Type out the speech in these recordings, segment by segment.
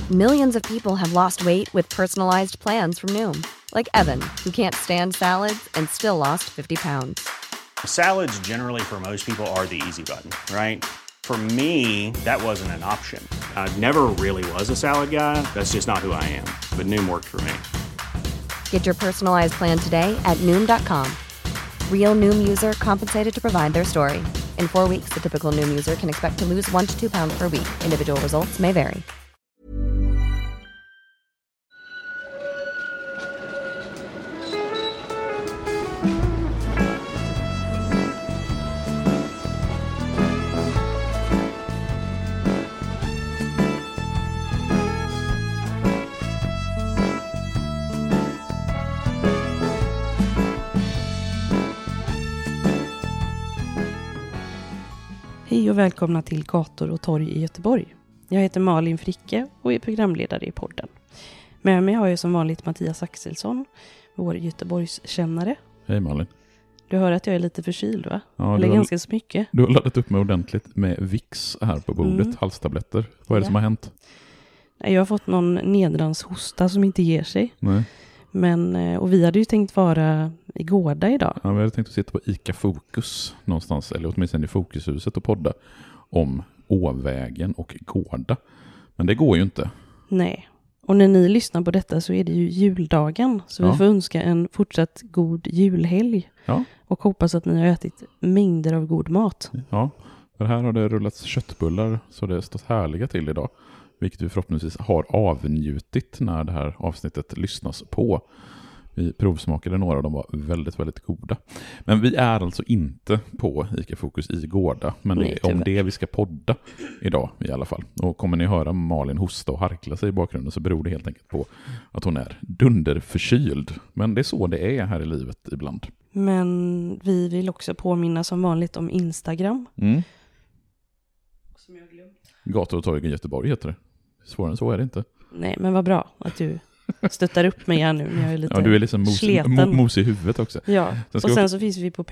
Millions of people have lost weight with personalized plans from Noom. Like Evan, who can't stand salads and still lost 50 pounds. Salads generally for most people are the easy button, right? For me, that wasn't an option. I never really was a salad guy. That's just not who I am. But Noom worked for me. Get your personalized plan today at Noom.com. Real Noom user compensated to provide their story. In 4 weeks, the typical Noom user can expect to lose 1 to 2 pounds per week. Individual results may vary. Hej och välkomna till Gator och torg i Göteborg. Jag heter Malin Fricke och är programledare i podden. Med mig har jag som vanligt Mattias Axelsson, vår Göteborgskännare. Hej Malin. Du hör att jag är lite förkyld, va? Ja, eller ganska så mycket. Du har laddat upp mig ordentligt med Vicks här på bordet, halstabletter. Vad är det som har hänt? Jag har fått någon nedranshosta som inte ger sig. Nej. Men, och vi hade ju tänkt vara i Gårda idag. Ja, vi hade tänkt att sitta på ICA Fokus någonstans, eller åtminstone i Fokushuset och podda om Åvägen och Gårda. Men det går ju inte. Nej, och när ni lyssnar på detta så är det ju juldagen. Så vi får önska en fortsatt god julhelg. Ja. Och hoppas att ni har ätit mängder av god mat. Ja, för här har det rullats köttbullar så det stått härliga till idag. Vilket vi förhoppningsvis har avnjutit när det här avsnittet lyssnas på. Vi provsmakade några och de var väldigt, väldigt goda. Men vi är alltså inte på ICA Fokus i Gårda. Men det är om det vi ska podda idag i alla fall. Och kommer ni höra Malin hosta och harkla sig i bakgrunden så beror det helt enkelt på att hon är dunderförkyld. Men det är så det är här i livet ibland. Men vi vill också påminna som vanligt om Instagram. Som jag har glömt. Gator och torg i Göteborg heter det. Svårare än så är det inte. Nej, men vad bra att du stöttar upp mig här nu när jag är lite du är liksom mos i huvudet också. Ja, sen så finns vi på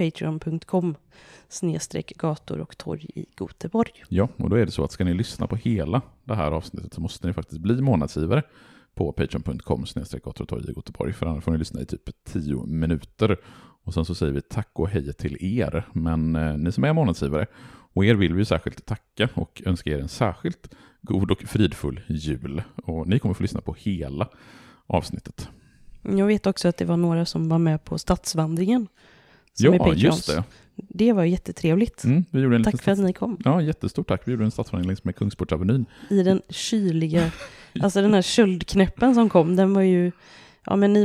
patreon.com/gator och torg i Göteborg. Ja, och då är det så att ska ni lyssna på hela det här avsnittet så måste ni faktiskt bli månadsgivare på patreon.com/gator och torg i Göteborg. För annars får ni lyssna i typ 10 minuter. Och sen så säger vi tack och hej till er. Men ni som är månadsgivare, och er vill vi särskilt tacka och önska er en särskilt god och fridfull jul. Och ni kommer få lyssna på hela avsnittet. Jag vet också att det var några som var med på stadsvandringen. Ja, just det. Det var jättetrevligt. Vi gjorde tack för att ni kom. Ja, jättestort tack. Vi gjorde en stadsvandring längs med Kungsportsavenyn. I den kyliga, alltså den här köldknäppen som kom, den var ju... Ja, men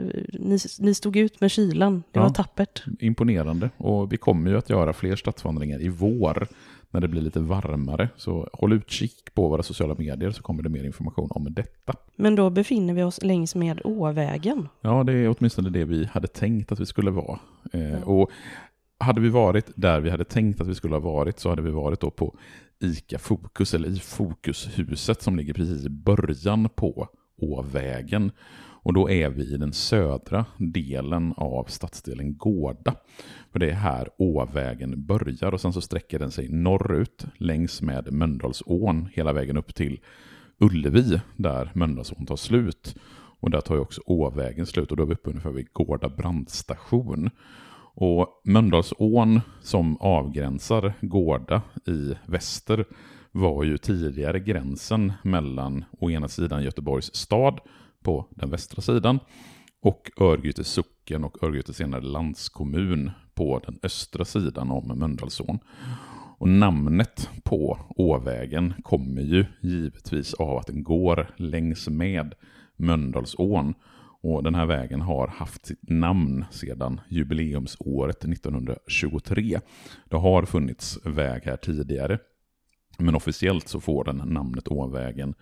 ni stod ut med kylan. Det var tappert. Imponerande. Och vi kommer ju att göra fler stadsvandringar i vår när det blir lite varmare. Så håll utkik på våra sociala medier så kommer det mer information om detta. Men då befinner vi oss längs med Åvägen. Ja, det är åtminstone det vi hade tänkt att vi skulle vara. Och hade vi varit där vi hade tänkt att vi skulle ha varit så hade vi varit då på ICA Fokus eller i Fokushuset som ligger precis i början på Åvägen. Och då är vi i den södra delen av stadsdelen Gårda. För det är här Åvägen börjar och sen så sträcker den sig norrut längs med Mölndalsån hela vägen upp till Ullevi där Mölndalsån tar slut. Och där tar ju också Åvägen slut och då är vi uppe ungefär vid Gårda brandstation. Och Mölndalsån som avgränsar Gårda i väster var ju tidigare gränsen mellan å ena sidan Göteborgs stad på den västra sidan och Örgryte socken och Örgryte senare landskommun på den östra sidan om Mölndalsån. Och namnet på Åvägen kommer ju givetvis av att den går längs med Mölndalsån. Och den här vägen har haft sitt namn sedan jubileumsåret 1923. Det har funnits väg här tidigare, men officiellt så får den namnet Åvägen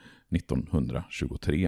1923.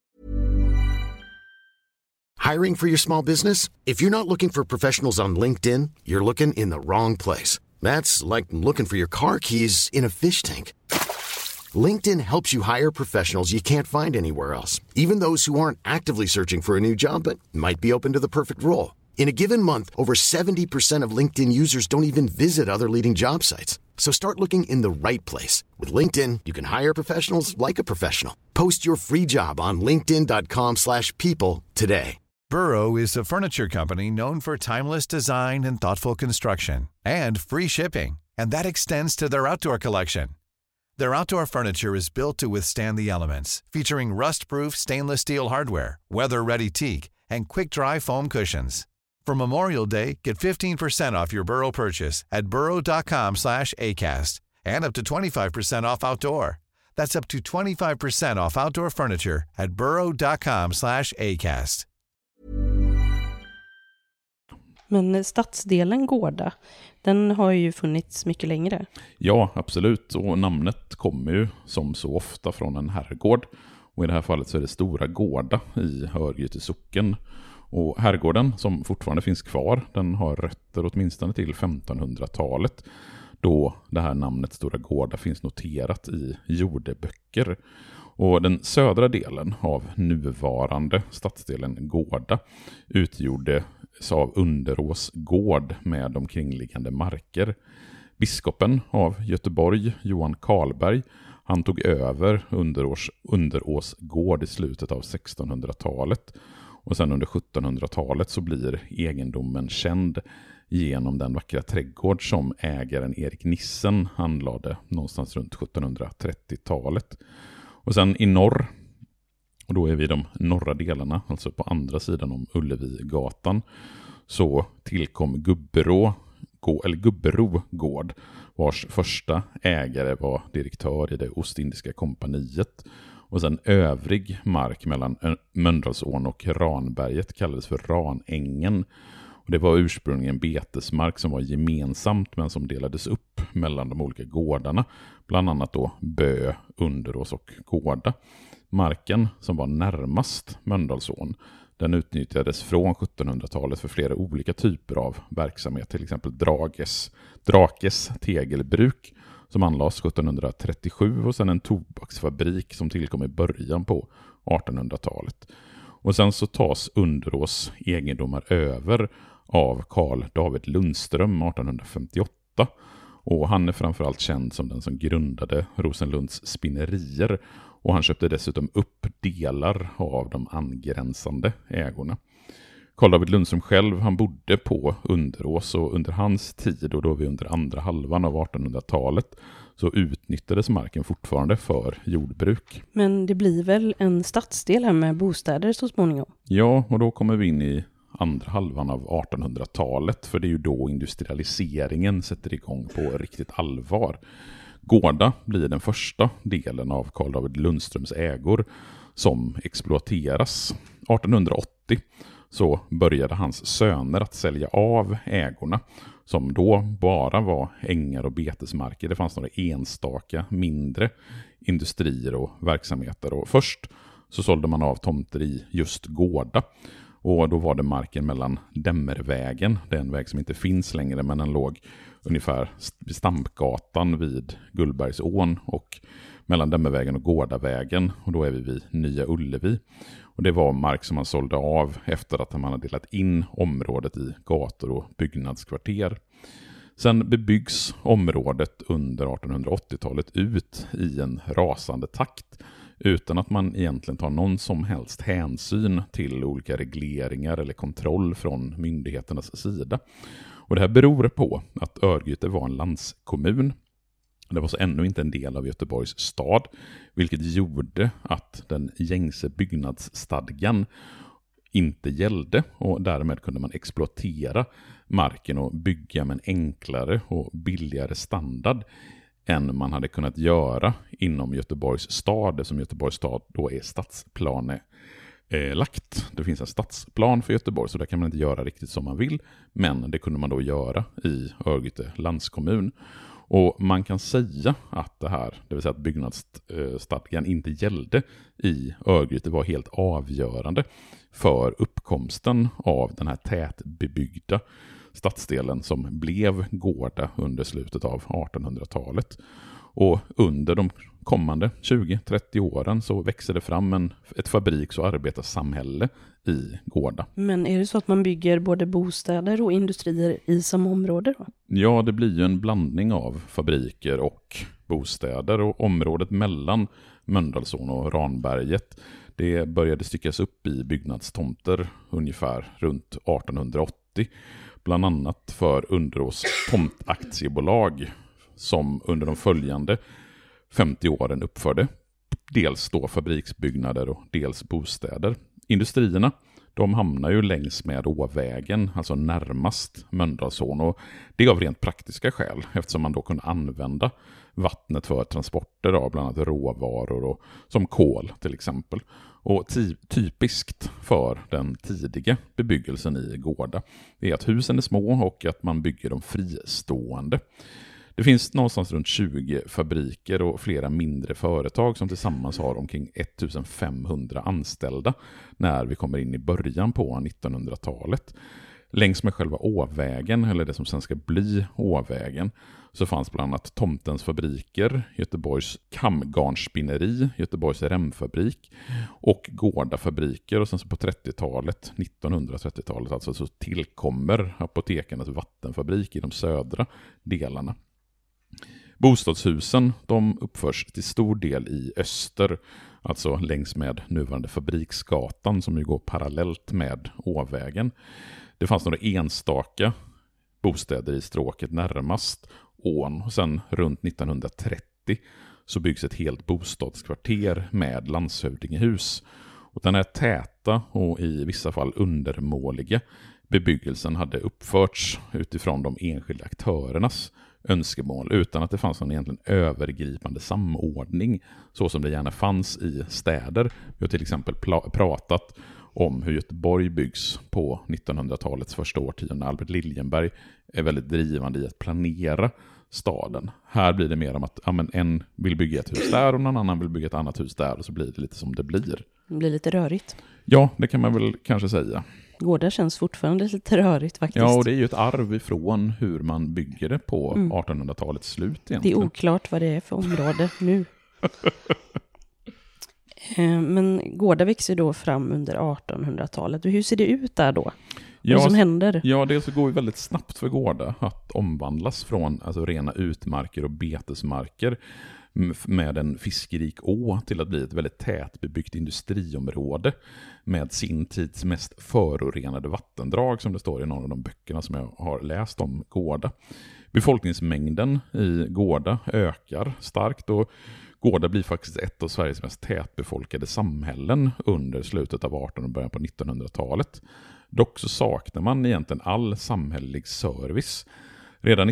Hiring for your small business? If you're not looking for professionals on LinkedIn, you're looking in the wrong place. That's like looking for your car keys in a fish tank. LinkedIn helps you hire professionals you can't find anywhere else, even those who aren't actively searching for a new job but might be open to the perfect role. In a given month, over 70% of LinkedIn users don't even visit other leading job sites. So start looking in the right place. With LinkedIn, you can hire professionals like a professional. Post your free job on linkedin.com/people today. Burrow is a furniture company known for timeless design and thoughtful construction, and free shipping, and that extends to their outdoor collection. Their outdoor furniture is built to withstand the elements, featuring rust-proof stainless steel hardware, weather-ready teak, and quick-dry foam cushions. For Memorial Day, get 15% off your Burrow purchase at burrow.com/acast, and up to 25% off outdoor. That's up to 25% off outdoor furniture at burrow.com/acast. Men stadsdelen Gårda, den har ju funnits mycket längre. Ja, absolut. Och namnet kommer ju som så ofta från en herrgård. Och i det här fallet så är det Stora Gårda i Örgryte socken. Och herrgården som fortfarande finns kvar, den har rötter åtminstone till 1500-talet. Då det här namnet Stora Gårda finns noterat i jordeböcker. Och den södra delen av nuvarande stadsdelen Gårda utgjordes av Underås gård med omkringliggande marker. Biskopen av Göteborg, Johan Karlberg, han tog över Underås gård i slutet av 1600-talet. Och sen under 1700-talet så blir egendomen känd genom den vackra trädgård som ägaren Erik Nissen anlade någonstans runt 1730-talet. Och sen i norr, och då är vi i de norra delarna, alltså på andra sidan om Ullevigatan, så tillkom Gubbero gård, vars första ägare var direktör i det Ostindiska kompaniet. Och sen övrig mark mellan Mölndalsån och Ranberget kallades för Ranängen. Och det var ursprungligen betesmark som var gemensamt men som delades upp mellan de olika gårdarna. Bland annat då Bö, Underås och Gårda. Marken som var närmast Mölndalsån, den utnyttjades från 1700-talet för flera olika typer av verksamhet. Till exempel Drakes tegelbruk som anlades 1737 och sen en tobaksfabrik som tillkom i början på 1800-talet. Och sen så tas Underås egendomar över av Carl David Lundström 1858. Och han är framförallt känd som den som grundade Rosenlunds spinnerier. Och han köpte dessutom upp delar av de angränsande ägorna. Carl David Lundström själv, han bodde på Underås, och under hans tid, och då vi under andra halvan av 1800-talet, så utnyttjades marken fortfarande för jordbruk. Men det blir väl en stadsdel här med bostäder så småningom? Ja, och då kommer vi in i andra halvan av 1800-talet, för det är ju då industrialiseringen sätter igång på riktigt allvar. Gårda blir den första delen av Carl David Lundströms ägor som exploateras. 1880 så började hans söner att sälja av ägorna, som då bara var ängar och betesmarker. Det fanns några enstaka mindre industrier och verksamheter. Och först så sålde man av tomter i just Gårda. Och då var det marken mellan Dämmervägen, det är en väg som inte finns längre, men den låg ungefär vid Stampgatan vid Gullbergsån, och mellan Dämmervägen och Gårdavägen, och då är vi vid Nya Ullevi. Och det var mark som man sålde av efter att man hade delat in området i gator och byggnadskvarter. Sen bebyggs området under 1880-talet ut i en rasande takt, utan att man egentligen tar någon som helst hänsyn till olika regleringar eller kontroll från myndigheternas sida. Och det här beror på att Örgryte var en landskommun. Det var så ännu inte en del av Göteborgs stad, vilket gjorde att den gängse byggnadsstadgan inte gällde, och därmed kunde man exploatera marken och bygga med en enklare och billigare standard än man hade kunnat göra inom Göteborgs stad, som Göteborgs stad då är stadsplanelagt. Det finns en stadsplan för Göteborg, så där kan man inte göra riktigt som man vill, men det kunde man då göra i Örgryte landskommun. Och man kan säga att det här, det vill säga att byggnadsstadgan inte gällde i Örgryte, var helt avgörande för uppkomsten av den här tätbebyggda stadsdelen som blev Gårda under slutet av 1800-talet. Och under de kommande 20-30 åren så växer det fram ett fabriks- och arbetarsamhälle i Gårda. Men är det så att man bygger både bostäder och industrier i samma område då? Ja, det blir ju en blandning av fabriker och bostäder, och området mellan Mölndalsån och Ranberget, det började styckas upp i byggnadstomter ungefär runt 1880. Bland annat för Underås tomtaktiebolag som under de följande 50 åren uppförde dels då fabriksbyggnader och dels bostäder. Industrierna, de hamnar ju längs med Åvägen, alltså närmast Mölndalsån, och det är av rent praktiska skäl eftersom man då kunde använda vattnet för transporter av bland annat råvaror och som kol till exempel. Och typiskt för den tidiga bebyggelsen i Gårda är att husen är små och att man bygger dem fristående. Det finns någonstans runt 20 fabriker och flera mindre företag som tillsammans har omkring 1500 anställda när vi kommer in i början på 1900-talet. Längs med själva Åvägen, eller det som sen ska bli Åvägen, så fanns bland annat Tomtens fabriker, Göteborgs kamgarnspinneri, Göteborgs remfabrik och Gårda fabriker. Och sen så på 30-talet, 1930-talet alltså, så tillkommer Apotekarnas vattenfabrik i de södra delarna. Bostadshusen, de uppförs till stor del i öster, alltså längs med nuvarande Fabriksgatan som ju går parallellt med Åvägen. Det fanns några enstaka bostäder i stråket närmast ån, och sen runt 1930 så byggs ett helt bostadskvarter med landshövdingehus. Och den här täta och i vissa fall undermåliga bebyggelsen hade uppförts utifrån de enskilda aktörernas önskemål utan att det fanns någon egentligen övergripande samordning så som det gärna fanns i städer. Vi har till exempel pratat om hur Göteborg byggs på 1900-talets första årtionde. Albert Liljenberg är väldigt drivande i att planera staden. Här blir det mer om att en vill bygga ett hus där och någon annan vill bygga ett annat hus där, och så blir det lite som det blir. Det blir lite rörigt. Ja, det kan man väl kanske säga. Gårda känns fortfarande lite rörigt faktiskt. Ja, och det är ju ett arv ifrån hur man bygger det på 1800-talets slut egentligen. Det är oklart vad det är för område nu. Men Gårda växer då fram under 1800-talet. Och hur ser det ut där då? Vad som händer? Ja, det så går ju väldigt snabbt för Gårda att omvandlas från alltså rena utmarker och betesmarker med en fiskrik å till att bli ett väldigt tätbebyggt industriområde med sin tids mest förorenade vattendrag, som det står i några av de böckerna som jag har läst om Gårda. Befolkningsmängden i Gårda ökar starkt, och Gårda blir faktiskt ett av Sveriges mest tätbefolkade samhällen under slutet av 1800- och början på 1900-talet. Dock så saknar man egentligen all samhällelig service. Redan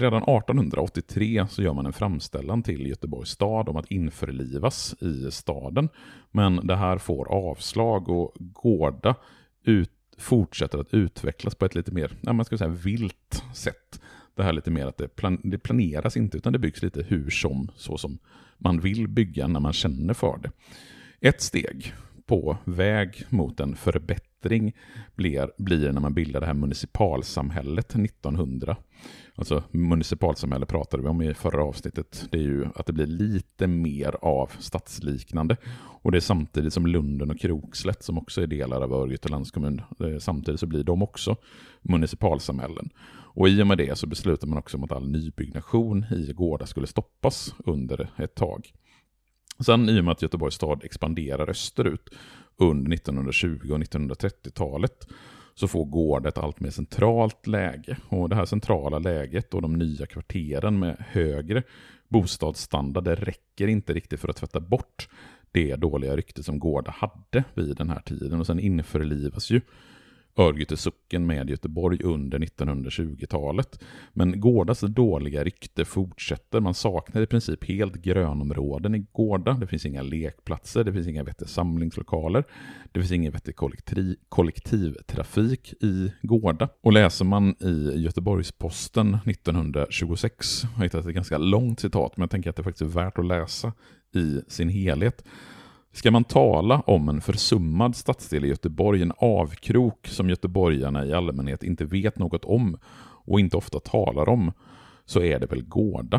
1883 så gör man en framställan till Göteborgs stad om att införlivas i staden. Men det här får avslag, och Gårda fortsätter att utvecklas på ett lite mer, man ska säga, vilt sätt. Det här lite mer att det planeras inte, utan det byggs lite hur som, så som man vill bygga när man känner för det. Ett steg på väg mot en förbättring blir när man bildar det här municipalsamhället 1900. Alltså municipalsamhälle pratade vi om i förra avsnittet. Det är ju att det blir lite mer av stadsliknande. Och det är samtidigt som Lunden och Krokslätt, som också är delar av Örgryte kommun, samtidigt så blir de också municipalsamhällen. Och i och med det så beslutar man också om att all nybyggnation i Gårda skulle stoppas under ett tag. Sen i och med att Göteborgs stad expanderar österut under 1920- och 1930-talet så får Gårda ett allt mer centralt läge. Och det här centrala läget och de nya kvarteren med högre bostadsstandard, det räcker inte riktigt för att tvätta bort det dåliga rykte som Gårda hade vid den här tiden. Och sen införlivas ju Örgryte socken med Göteborg under 1920-talet. Men Gårdas dåliga rykte fortsätter. Man saknar i princip helt grönområden i Gårda. Det finns inga lekplatser, det finns inga vettiga samlingslokaler. Det finns ingen vettig kollektivtrafik i Gårda. Och läser man i Göteborgs-Posten 1926, jag har hittat ett ganska långt citat, men jag tänker att det faktiskt är värt att läsa i sin helhet. Ska man tala om en försummad stadsdel i Göteborg, en avkrok som göteborgarna i allmänhet inte vet något om och inte ofta talar om, så är det väl Gårda.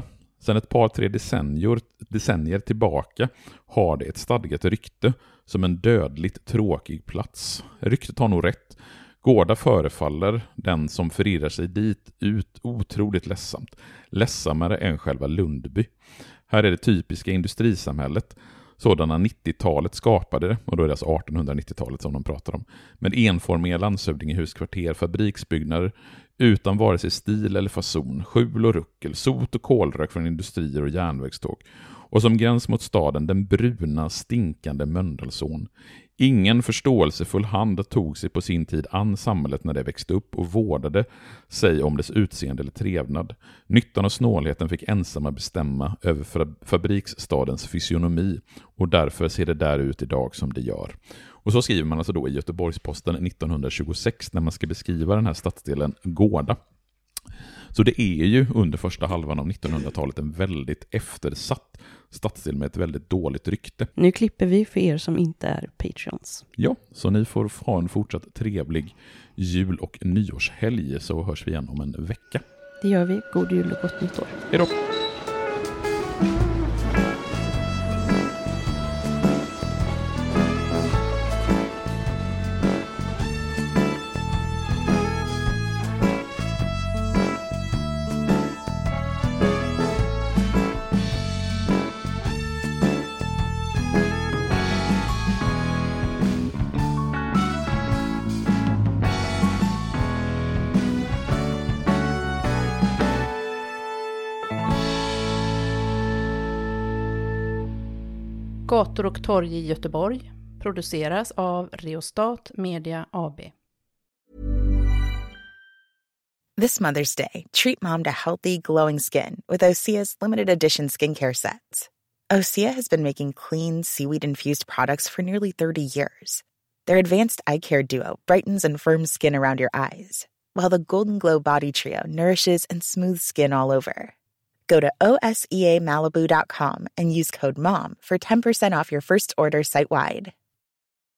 Sedan ett par 3 decennier tillbaka har det ett stadgat rykte som en dödligt tråkig plats. Ryktet har nog rätt. Gårda förefaller den som förirrar sig dit ut otroligt ledsamt. Ledsammare än själva Lundby. Här är det typiska industrisamhället. Sådana 90-talet skapade det, och då är det alltså 1890-talet som de pratar om. Med enformiga landshövdingehuskvarter, fabriksbyggnader utan vare sig stil eller fason, skjul och ruckel, sot och kolrök från industrier och järnvägståg. Och som gräns mot staden den bruna, stinkande Mölndalsån. Ingen förståelsefull hand tog sig på sin tid an samhället när det växte upp och vårdade sig om dess utseende eller trevnad. Nyttan och snålheten fick ensamma bestämma över fabriksstadens fysionomi, och därför ser det där ut idag som det gör. Och så skriver man alltså då i Göteborgs-Posten 1926 när man ska beskriva den här stadsdelen Gårda. Så det är ju under första halvan av 1900-talet en väldigt eftersatt stadsdel med ett väldigt dåligt rykte. Nu klipper vi för er som inte är Patreons. Ja, så ni får ha en fortsatt trevlig jul- och nyårshelg, så hörs vi igen om en vecka. Det gör vi. God jul och gott nytt år. Hej då! Gator och torg i Göteborg produceras av Reostat Media AB. This Mother's Day, treat mom to healthy, glowing skin with Osea's limited edition skincare sets. Osea has been making clean, seaweed-infused products for nearly 30 years. Their advanced eye care duo brightens and firms skin around your eyes, while the Golden Glow Body Trio nourishes and smooths skin all over. Go to OSEAMalibu.com and use code MOM for 10% off your first order site-wide.